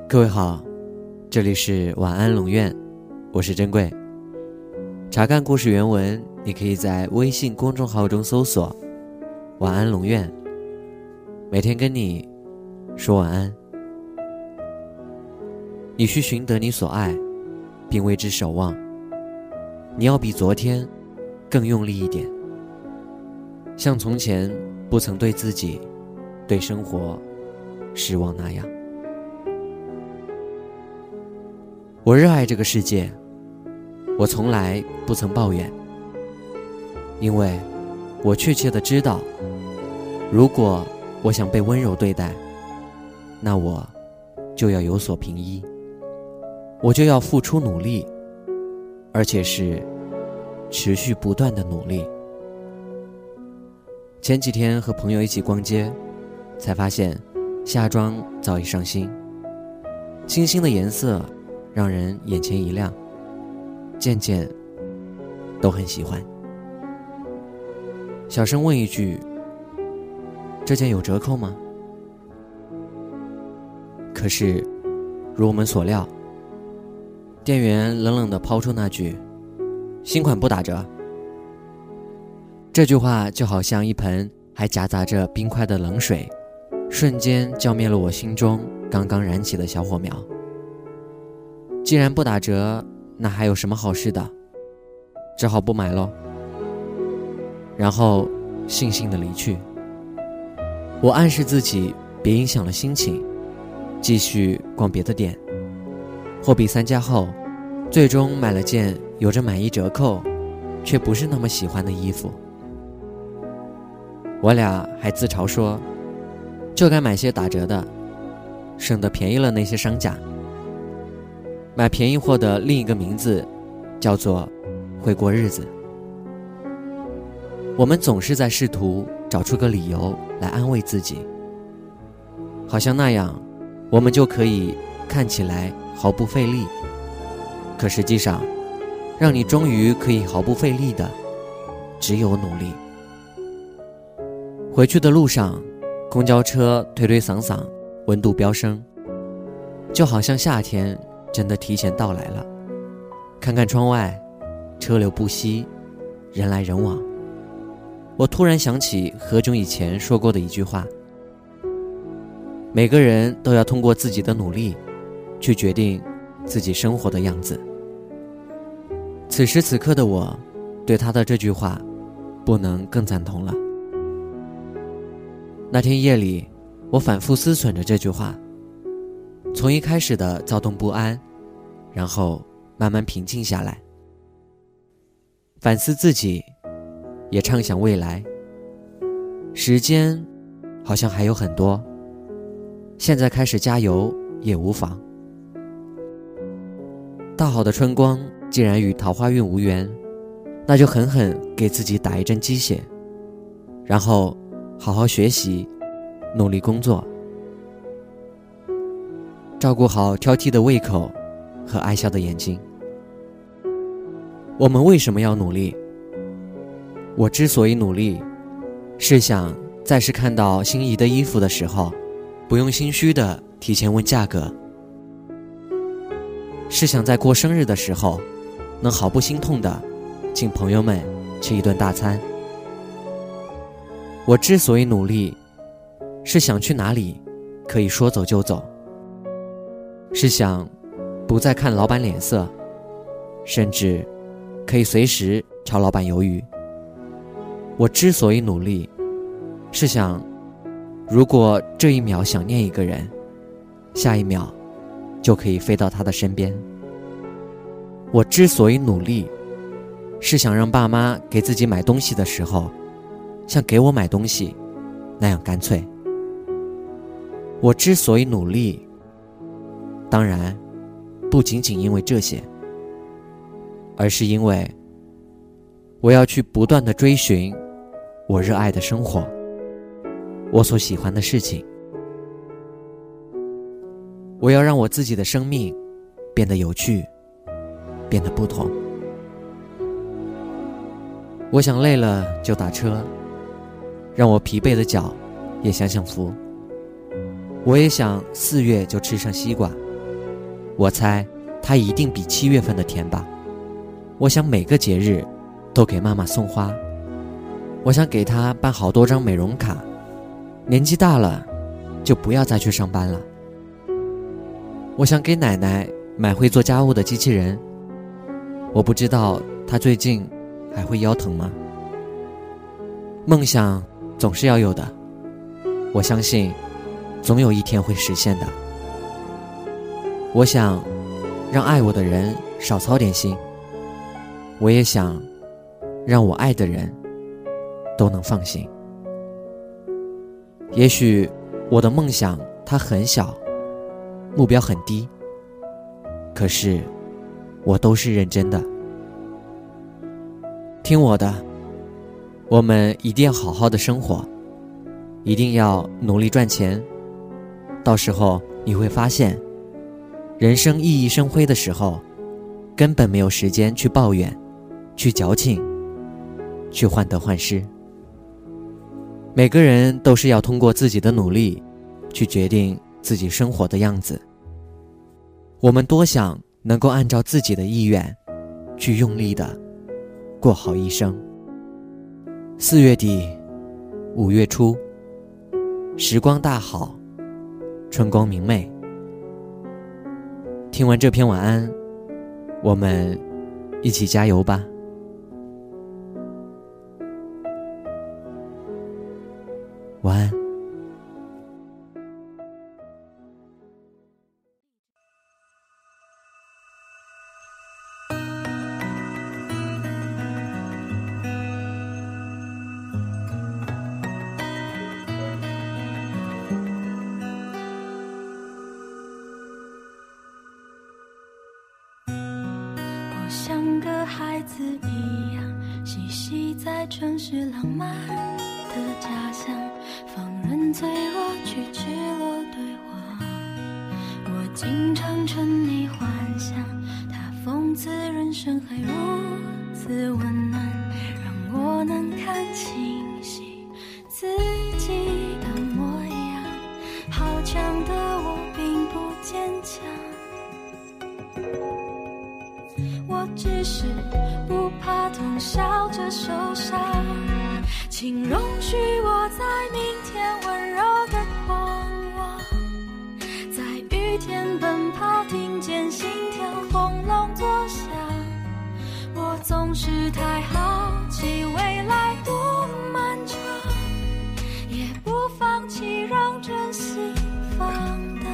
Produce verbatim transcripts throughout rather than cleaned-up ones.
各位好，这里是晚安龙院，我是珍贵。查看故事原文，你可以在微信公众号中搜索晚安龙院，每天跟你说晚安。你需寻得你所爱，并为之守望。你要比昨天更用力一点，像从前不曾对自己、对生活失望那样。我热爱这个世界，我从来不曾抱怨，因为我确切地知道，如果我想被温柔对待，那我就要有所凭依，我就要付出努力，而且是持续不断的努力。前几天和朋友一起逛街，才发现夏装早已上新，清新的颜色让人眼前一亮，件件都很喜欢。小声问一句，这件有折扣吗？可是如我们所料，店员冷冷地抛出那句新款不打折。这句话就好像一盆还夹杂着冰块的冷水，瞬间浇灭了我心中刚刚燃起的小火苗。既然不打折，那还有什么好事的？只好不买咯。然后悻悻地离去。我暗示自己别影响了心情，继续逛别的店。货比三家后，最终买了件有着满意折扣却不是那么喜欢的衣服。我俩还自嘲说，就该买些打折的，省得便宜了那些商家。买便宜货的另一个名字叫做会过日子。我们总是在试图找出个理由来安慰自己，好像那样我们就可以看起来毫不费力。可实际上，让你终于可以毫不费力的只有努力。回去的路上，公交车推推搡搡，温度飙升，就好像夏天真的提前到来了。看看窗外，车流不息，人来人往。我突然想起何炅以前说过的一句话，每个人都要通过自己的努力去决定自己生活的样子。此时此刻的我，对他的这句话不能更赞同了。那天夜里，我反复思忖着这句话，从一开始的躁动不安，然后慢慢平静下来，反思自己，也畅想未来。时间好像还有很多，现在开始加油也无妨。大好的春光既然与桃花运无缘，那就狠狠给自己打一针鸡血，然后好好学习，努力工作，照顾好挑剔的胃口和爱笑的眼睛。我们为什么要努力？我之所以努力，是想再是看到心仪的衣服的时候，不用心虚的提前问价格，是想在过生日的时候，能毫不心痛的请朋友们吃一顿大餐。我之所以努力，是想去哪里可以说走就走，是想不再看老板脸色，甚至可以随时朝老板鱿鱼。我之所以努力，是想如果这一秒想念一个人，下一秒就可以飞到他的身边。我之所以努力，是想让爸妈给自己买东西的时候，像给我买东西那样干脆。我之所以努力，当然不仅仅因为这些，而是因为我要去不断地追寻我热爱的生活，我所喜欢的事情。我要让我自己的生命变得有趣，变得不同。我想累了就打车，让我疲惫的脚也享享福。我也想四月就吃上西瓜， 我猜它一定比七月份的甜吧。我想每个节日都给妈妈送花，我想给她办好多张美容卡，年纪大了就不要再去上班了。我想给奶奶买会做家务的机器人，我不知道她最近还会腰疼吗？梦想总是要有的，我相信总有一天会实现的。我想让爱我的人少操点心，我也想让我爱的人都能放心。也许我的梦想它很小，目标很低，可是我都是认真的。听我的，我们一定要好好的生活，一定要努力赚钱，到时候你会发现，人生熠熠生辉的时候，根本没有时间去抱怨，去矫情，去患得患失。每个人都是要通过自己的努力去决定自己生活的样子。我们多想能够按照自己的意愿去用力的过好一生。四月底五月初，时光大好，春光明媚。听完这篇晚安，我们一起加油吧。晚安。 我像个孩子一样，嬉戏在城市浪漫的家乡，放任脆弱去赤裸对话。我经常沉溺幻想，它讽刺人生还如此温暖，让我能看清晰自己的模样。好强的我并不坚强，我只是不怕痛，笑着受伤。请容许我在明天温柔的狂妄，在雨天奔跑，听见心跳轰隆作响。我总是太好奇未来多漫长，也不放弃让真心放大。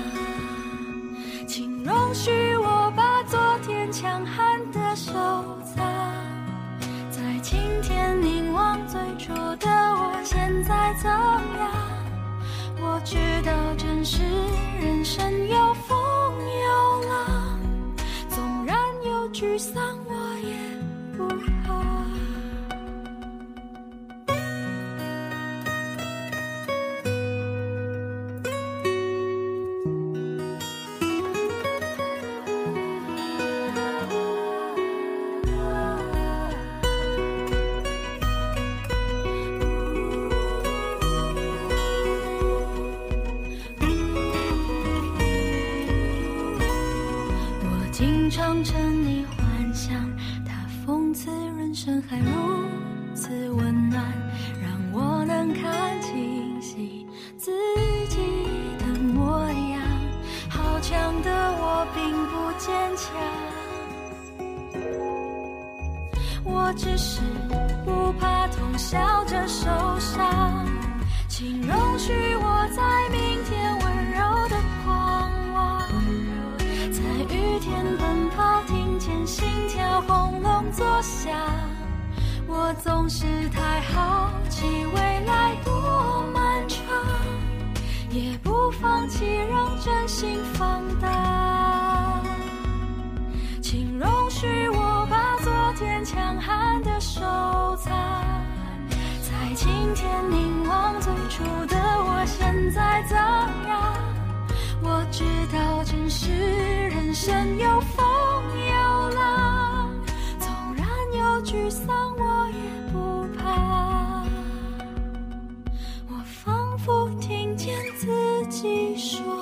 请容许我把昨天强悍的收藏，在晴天凝望最初的我现在怎样。我知道真实人生有风有浪，纵然有沮丧我也不怕。经常沉溺幻想，它讽刺人生还如此温暖，让我能看清晰自己的模样。好强的我并不坚强，我只是不怕痛，笑着受伤。请容许我在明天温柔的狂妄，在雨天奔跑，听见心跳轰隆作响。我总是太好奇未来多漫长，也不放弃让真心放大。请容许我把昨天强悍的收藏，在晴天凝望最初的我现在怎样。我知道真实人生有风有浪，纵然有沮丧我也不怕。我仿佛听见自己说